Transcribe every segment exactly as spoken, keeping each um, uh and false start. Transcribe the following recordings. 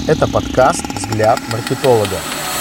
Это подкаст «Взгляд маркетолога».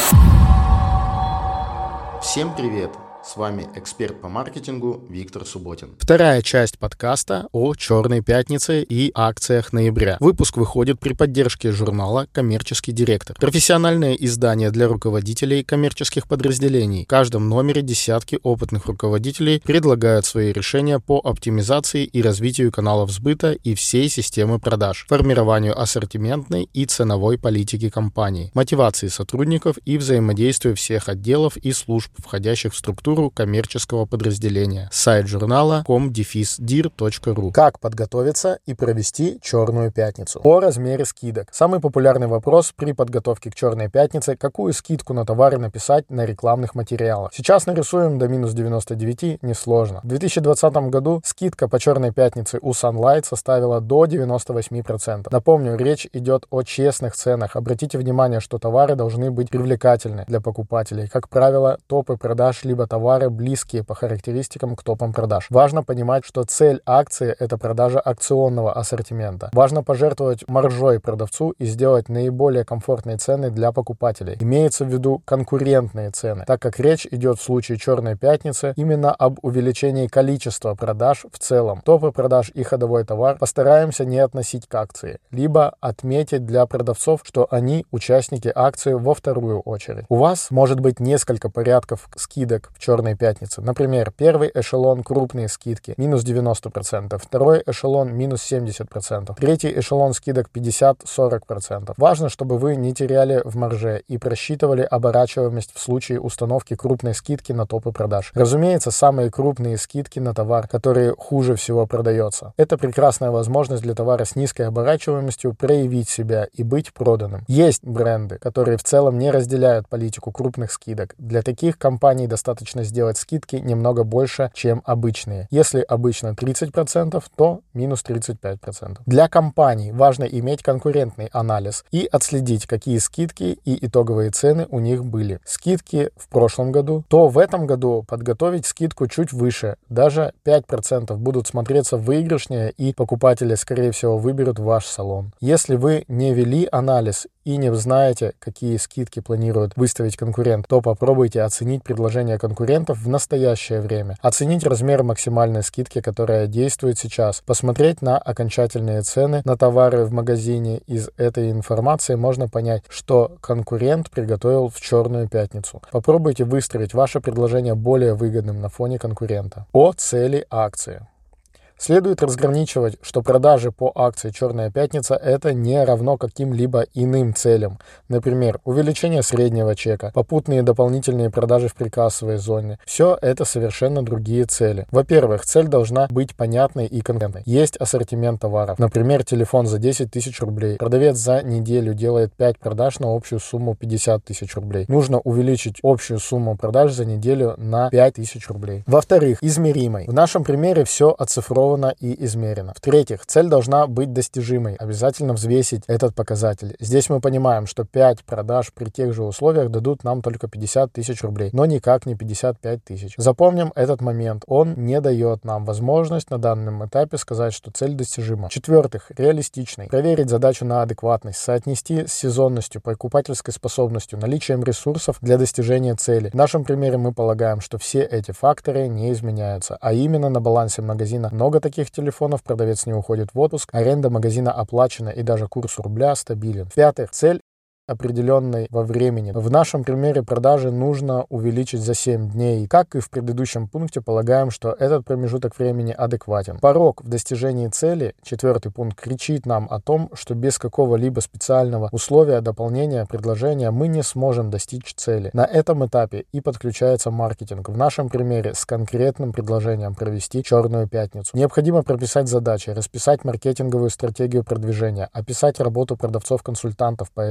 Всем привет! С вами эксперт по маркетингу Виктор Субботин. Вторая часть подкаста о «Черной пятнице» и акциях ноября. Выпуск выходит при поддержке журнала «Коммерческий директор». Профессиональное издание для руководителей коммерческих подразделений. В каждом номере десятки опытных руководителей предлагают свои решения по оптимизации и развитию каналов сбыта и всей системы продаж, формированию ассортиментной и ценовой политики компании, мотивации сотрудников и взаимодействию всех отделов и служб, входящих в структуру коммерческого подразделения. Сайт журнала ком дефис дир точка ру. Как подготовиться и провести Черную пятницу? О размере скидок. Самый популярный вопрос при подготовке к Черной пятнице: какую скидку на товары написать на рекламных материалах? Сейчас нарисуем до минус девяносто девять, несложно. В две тысячи двадцатом году скидка по Черной пятнице у Sunlight составила до девяноста восьми процентов. Напомню, речь идет о честных ценах. Обратите внимание, что товары должны быть привлекательны для покупателей. Как правило, топы продаж либо товары близкие по характеристикам к топам продаж. Важно понимать, что цель акции – это продажа акционного ассортимента. Важно пожертвовать маржой продавцу и сделать наиболее комфортные цены для покупателей. Имеется в виду конкурентные цены, так как речь идет в случае Черной пятницы именно об увеличении количества продаж в целом. Топы продаж и ходовой товар постараемся не относить к акции, либо отметить для продавцов, что они участники акции во вторую очередь. У вас может быть несколько порядков скидок в Черной пятницы. Например, первый эшелон крупные скидки минус девяносто процентов, второй эшелон минус семьдесят процентов, третий эшелон скидок пятьдесят-сорок процентов. Важно, чтобы вы не теряли в марже и просчитывали оборачиваемость в случае установки крупной скидки на топы продаж. Разумеется, самые крупные скидки на товар, которые хуже всего продается. Это прекрасная возможность для товара с низкой оборачиваемостью проявить себя и быть проданным. Есть бренды, которые в целом не разделяют политику крупных скидок. Для таких компаний достаточно сделать скидки немного больше, чем обычные. Если обычно тридцать процентов, то минус тридцать пять процентов. Для компаний важно иметь конкурентный анализ и отследить, какие скидки и итоговые цены у них были. Скидки в прошлом году, то в этом году подготовить скидку чуть выше. Даже пять процентов будут смотреться выигрышнее, и покупатели, скорее всего, выберут ваш салон. Если вы не вели анализ и не знаете, какие скидки планирует выставить конкурент, то попробуйте оценить предложение конкурентов в настоящее время, оценить размер максимальной скидки, которая действует сейчас, посмотреть на окончательные цены на товары в магазине. Из этой информации можно понять, что конкурент приготовил в Черную пятницу. Попробуйте выстроить ваше предложение более выгодным на фоне конкурента. О цели акции. Следует разграничивать, что продажи по акции «Черная пятница» — это не равно каким-либо иным целям. Например, увеличение среднего чека, попутные дополнительные продажи в прикассовой зоне. Все это совершенно другие цели. Во-первых, цель должна быть понятной и конкретной. Есть ассортимент товаров. Например, телефон за десять тысяч рублей. Продавец за неделю делает пять продаж на общую сумму пятьдесят тысяч рублей. Нужно увеличить общую сумму продаж за неделю на пять тысяч рублей. Во-вторых, измеримой. В нашем примере все оцифровано и измерено. В-третьих, цель должна быть достижимой. Обязательно взвесить этот показатель. Здесь мы понимаем, что пять продаж при тех же условиях дадут нам только пятьдесят тысяч рублей, но никак не пятьдесят пять тысяч. Запомним этот момент. Он не дает нам возможность на данном этапе сказать, что цель достижима. В-четвертых, реалистичной. Проверить задачу на адекватность, соотнести с сезонностью, покупательской способностью, наличием ресурсов для достижения цели. В нашем примере мы полагаем, что все эти факторы не изменяются, а именно на балансе магазина много таких телефонов, продавец не уходит в отпуск, аренда магазина оплачена и даже курс рубля стабилен. В-пятых, цель определенной во времени. В нашем примере продажи нужно увеличить за семь дней. Как и в предыдущем пункте, полагаем, что этот промежуток времени адекватен. Порог в достижении цели, четвертый пункт, кричит нам о том, что без какого-либо специального условия, дополнения, предложения мы не сможем достичь цели. На этом этапе и подключается маркетинг. В нашем примере с конкретным предложением провести Черную пятницу. Необходимо прописать задачи, расписать маркетинговую стратегию продвижения, описать работу продавцов-консультантов по этой акции,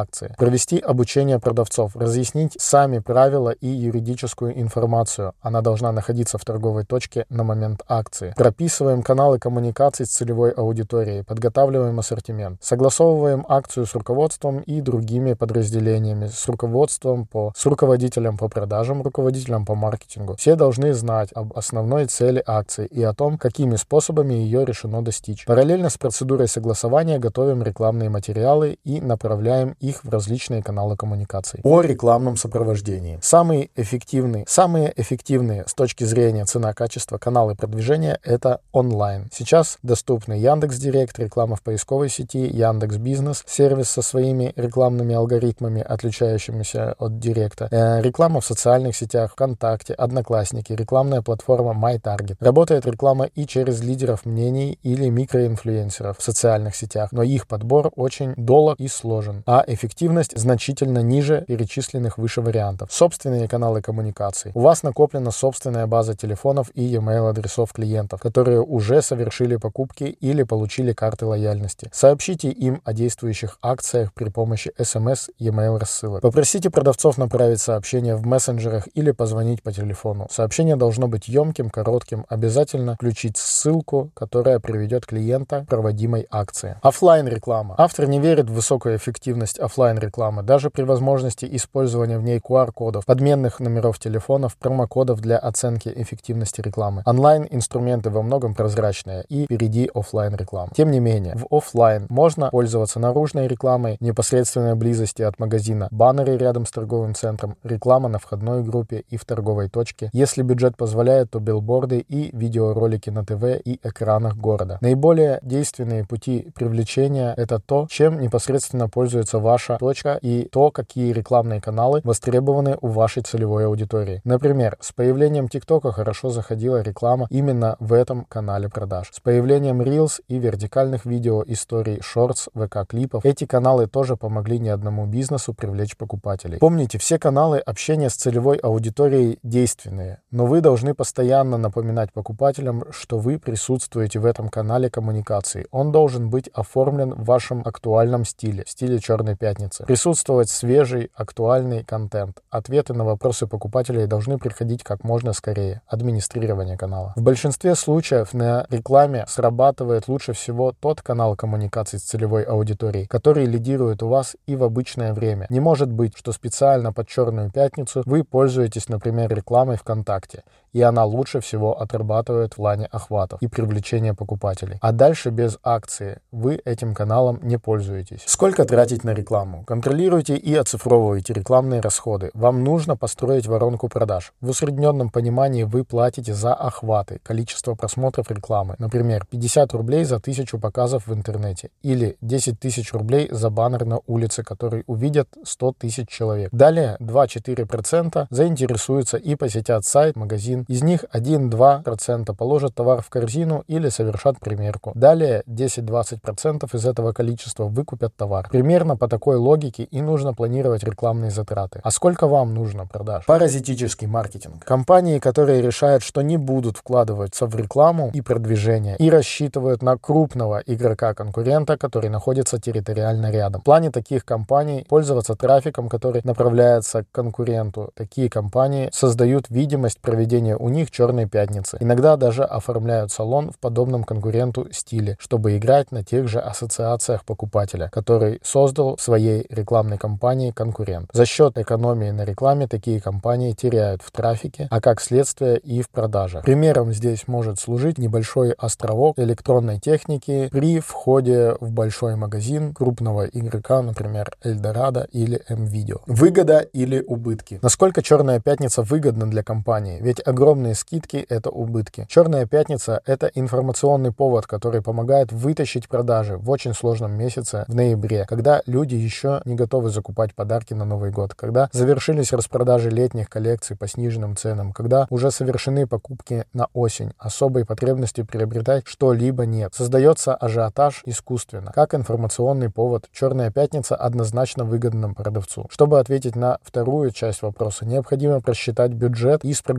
акции, провести обучение продавцов, разъяснить сами правила и юридическую информацию. Она должна находиться в торговой точке на момент акции. Прописываем каналы коммуникаций с целевой аудиторией, подготавливаем ассортимент, согласовываем акцию с руководством и другими подразделениями, с руководством по, с руководителем по продажам, руководителем по маркетингу. Все должны знать об основной цели акции и о том, какими способами ее решено достичь. Параллельно с процедурой согласования готовим рекламные материалы и направляем их в различные каналы коммуникаций. О рекламном сопровождении. Самые эффективные, самые эффективные с точки зрения цена-качество каналы продвижения — это онлайн. Сейчас доступны Яндекс.Директ, реклама в поисковой сети, Яндекс.Бизнес, сервис со своими рекламными алгоритмами, отличающимися от Директа, э, реклама в социальных сетях, ВКонтакте, Одноклассники, рекламная платформа MyTarget. Работает реклама и через лидеров мнений или микроинфлюенсеров в социальных сетях, но их подбор очень долг и сложен, а эффективность значительно ниже перечисленных выше вариантов. Собственные каналы коммуникаций. У вас накоплена собственная база телефонов и e-mail адресов клиентов, которые уже совершили покупки или получили карты лояльности. Сообщите им о действующих акциях при помощи эс эм эс, e-mail рассылок. Попросите продавцов направить сообщение в мессенджерах или позвонить по телефону. Сообщение должно быть емким, коротким. Обязательно включить ссылку, которая приведет клиента к проводимой акции. Оффлайн-реклама. Автор не верит в высокую эффективность оффлайн-рекламы, даже при возможности использования в ней ку ар-кодов, подменных номеров телефонов, промокодов для оценки эффективности рекламы. Онлайн-инструменты во многом прозрачные и впереди оффлайн-рекламы. Тем не менее, в оффлайн можно пользоваться наружной рекламой, непосредственной близости от магазина, баннеры рядом с торговым центром, реклама на входной группе и в торговой точке. Если бюджет позволяет, то билборды и видеоролики на ТВ и экранах города. Наиболее действенные пути привлечения — это то, чем непосредственно пользуется ваша точка и то, какие рекламные каналы востребованы у вашей целевой аудитории. Например, с появлением ТикТока хорошо заходила реклама именно в этом канале продаж. С появлением Reels и вертикальных видео, историй, шортс, ВК-клипов эти каналы тоже помогли не одному бизнесу привлечь покупателей. Помните, все каналы общения с целевой аудиторией действенные, но вы должны постоянно напоминать покупателям, что вы присутствуете в этом канале коммуникации. Он должен быть оформлен в вашем актуальном стиле, стиле Черной пятницы. Присутствовать свежий, актуальный контент. Ответы на вопросы покупателей должны приходить как можно скорее. Администрирование канала. В большинстве случаев на рекламе срабатывает лучше всего тот канал коммуникации с целевой аудиторией, который лидирует у вас и в обычное время. Не может быть, что специально под Черную пятницу вы пользуетесь, например, рекламой ВКонтакте, и она лучше всего отрабатывает в плане охватов и привлечения покупателей. А дальше без акции вы этим каналом не пользуетесь. Сколько тратить на рекламу? Контролируйте и оцифровывайте рекламные расходы. Вам нужно построить воронку продаж. В усредненном понимании вы платите за охваты, количество просмотров рекламы. Например, пятьдесят рублей за тысячу показов в интернете или десять тысяч рублей за баннер на улице, который увидят сто тысяч человек. Далее два-четыре процента заинтересуются и посетят сайт, магазин. Из них один-два процента положат товар в корзину или совершат примерку. Далее десять-двадцать процентов из этого количества выкупят товар. Примерно по такой логике и нужно планировать рекламные затраты. А сколько вам нужно продаж? Паразитический маркетинг. Компании, которые решают, что не будут вкладываться в рекламу и продвижение и рассчитывают на крупного игрока-конкурента, который находится территориально рядом. В плане таких компаний пользоваться трафиком, который направляется к конкуренту. Такие компании создают видимость проведения у них Черной пятницы. Иногда даже оформляют салон в подобном конкуренту стиле, чтобы играть на тех же ассоциациях покупателя, который создал в своей рекламной кампании конкурент. За счет экономии на рекламе такие компании теряют в трафике, а как следствие и в продажах. Примером здесь может служить небольшой островок электронной техники при входе в большой магазин крупного игрока, например, Эльдорадо или М-Видео. Выгода или убытки? Насколько Черная пятница выгодна для компании? Ведь огромные скидки — это убытки. Черная пятница — это информационный повод, который помогает вытащить продажи в очень сложном месяце в ноябре, когда люди еще не готовы закупать подарки на Новый год, когда завершились распродажи летних коллекций по сниженным ценам, когда уже совершены покупки на осень, особой потребности приобретать что-либо нет. Создается ажиотаж искусственно. Как информационный повод, Черная пятница однозначно выгодна продавцу. Чтобы ответить на вторую часть вопроса, необходимо просчитать бюджет и спрогнозировать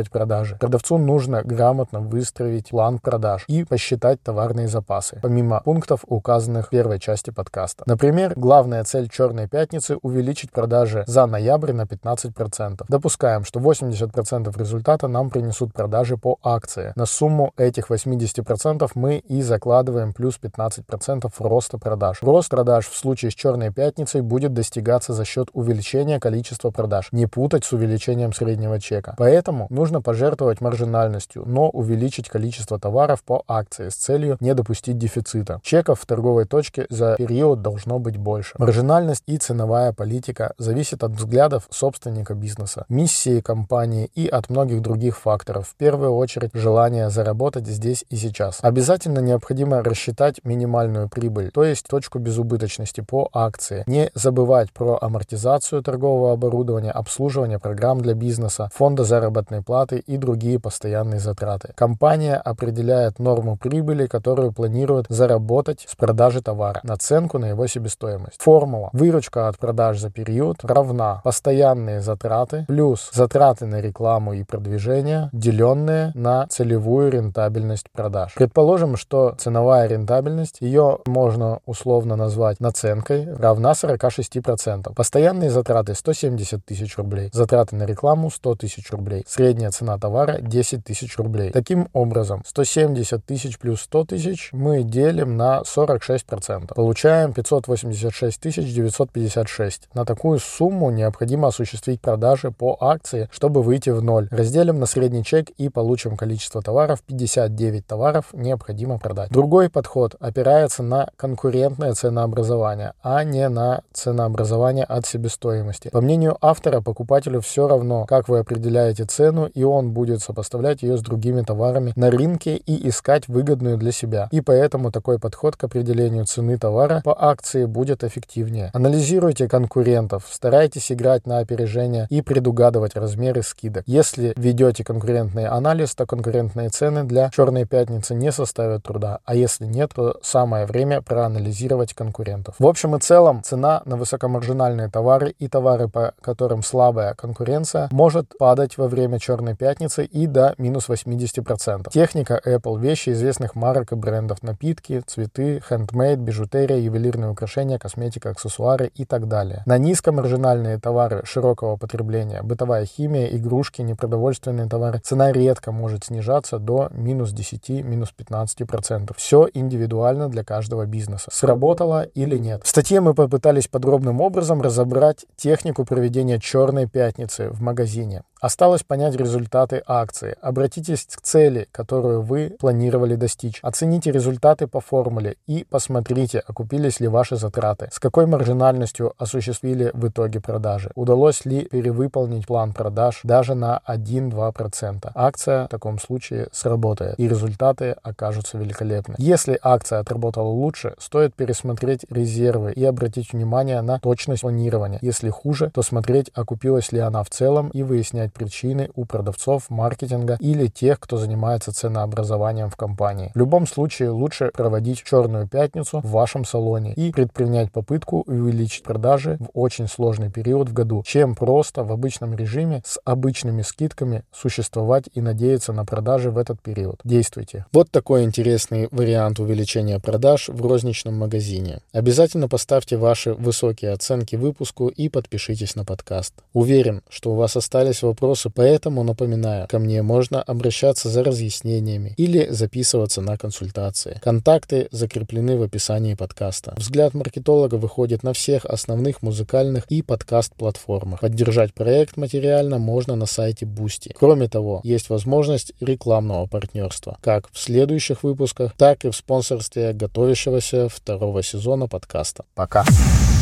планировать продажи. Продавцу нужно грамотно выстроить план продаж и посчитать товарные запасы, помимо пунктов, указанных в первой части подкаста. Например, главная цель «Черной пятницы» — увеличить продажи за ноябрь на пятнадцать процентов. Допускаем, что восемьдесят процентов результата нам принесут продажи по акции. На сумму этих восемьдесят процентов мы и закладываем плюс пятнадцать процентов роста продаж. Рост продаж в случае с «Черной пятницей» будет достигаться за счет увеличения количества продаж. Не путать с увеличением среднего чека. Поэтому нужно пожертвовать маржинальностью, но увеличить количество товаров по акции с целью не допустить дефицита. Чеков в торговой точке за период должно быть больше. Маржинальность и ценовая политика зависят от взглядов собственника бизнеса, миссии компании и от многих других факторов. В первую очередь желание заработать здесь и сейчас. Обязательно необходимо рассчитать минимальную прибыль, то есть точку безубыточности по акции. Не забывать про амортизацию торгового оборудования, обслуживание программ для бизнеса, фонда заработной платы и другие постоянные затраты. Компания определяет норму прибыли, которую планирует заработать с продажи товара, наценку на его себестоимость. Формула: выручка от продаж за период равна постоянные затраты плюс затраты на рекламу и продвижение, деленные на целевую рентабельность продаж. Предположим, что ценовая рентабельность, ее можно условно назвать наценкой, равна сорок шесть процентов. Постоянные затраты сто семьдесят тысяч рублей, затраты на рекламу сто тысяч рублей, средняя цена товара десять тысяч рублей. Таким образом, сто семьдесят тысяч плюс сто тысяч мы делим на сорок шесть процентов. Получаем пятьсот восемьдесят шесть тысяч девятьсот пятьдесят шесть. На такую сумму необходимо осуществить продажи по акции, чтобы выйти в ноль. Разделим на средний чек и получим количество товаров. пятьдесят девять товаров необходимо продать. Другой подход опирается на конкурентное ценообразование, а не на ценообразование от себестоимости. По мнению автора, покупателю все равно, как вы определяете цену, и он будет сопоставлять ее с другими товарами на рынке и искать выгодную для себя. И поэтому такой подход к определению цены товара по акции будет эффективнее. Анализируйте конкурентов, старайтесь играть на опережение и предугадывать размеры скидок. Если ведете конкурентный анализ, то конкурентные цены для «Черной пятницы» не составят труда, а если нет, то самое время проанализировать конкурентов. В общем и целом, цена на высокомаржинальные товары и товары, по которым слабая конкуренция, может падать во время «Черной пятницы» и до минус восемьдесят процентов. Техника Apple, вещи известных марок и брендов, напитки, цветы, хендмейд, бижутерия, ювелирные украшения, косметика, аксессуары и так далее. На низкомаржинальные товары широкого потребления, бытовая химия, игрушки, непродовольственные товары, цена редко может снижаться до минус десяти, минус пятнадцати процентов. Все индивидуально для каждого бизнеса. Сработало или нет? В статье мы попытались подробным образом разобрать технику проведения «Черной пятницы» в магазине. Осталось понять результаты акции. Обратитесь к цели, которую вы планировали достичь. Оцените результаты по формуле и посмотрите, окупились ли ваши затраты. С какой маржинальностью осуществили в итоге продажи. Удалось ли перевыполнить план продаж даже на один-два процента. Акция в таком случае сработает, и результаты окажутся великолепны. Если акция отработала лучше, стоит пересмотреть резервы и обратить внимание на точность планирования. Если хуже, то смотреть, окупилась ли она в целом, и выяснять причины у продавцов, маркетинга или тех, кто занимается ценообразованием в компании. В любом случае лучше проводить «Черную пятницу» в вашем салоне и предпринять попытку увеличить продажи в очень сложный период в году, чем просто в обычном режиме с обычными скидками существовать и надеяться на продажи в этот период. Действуйте. Вот такой интересный вариант увеличения продаж в розничном магазине. Обязательно поставьте ваши высокие оценки выпуску и подпишитесь на подкаст. Уверен, что у вас остались вопросы Вопросы, поэтому напоминаю, ко мне можно обращаться за разъяснениями или записываться на консультации. Контакты закреплены в описании подкаста. Взгляд маркетолога выходит на всех основных музыкальных и подкаст-платформах. Поддержать проект материально можно на сайте Boosty. Кроме того, есть возможность рекламного партнерства, как в следующих выпусках, так и в спонсорстве готовящегося второго сезона подкаста. Пока!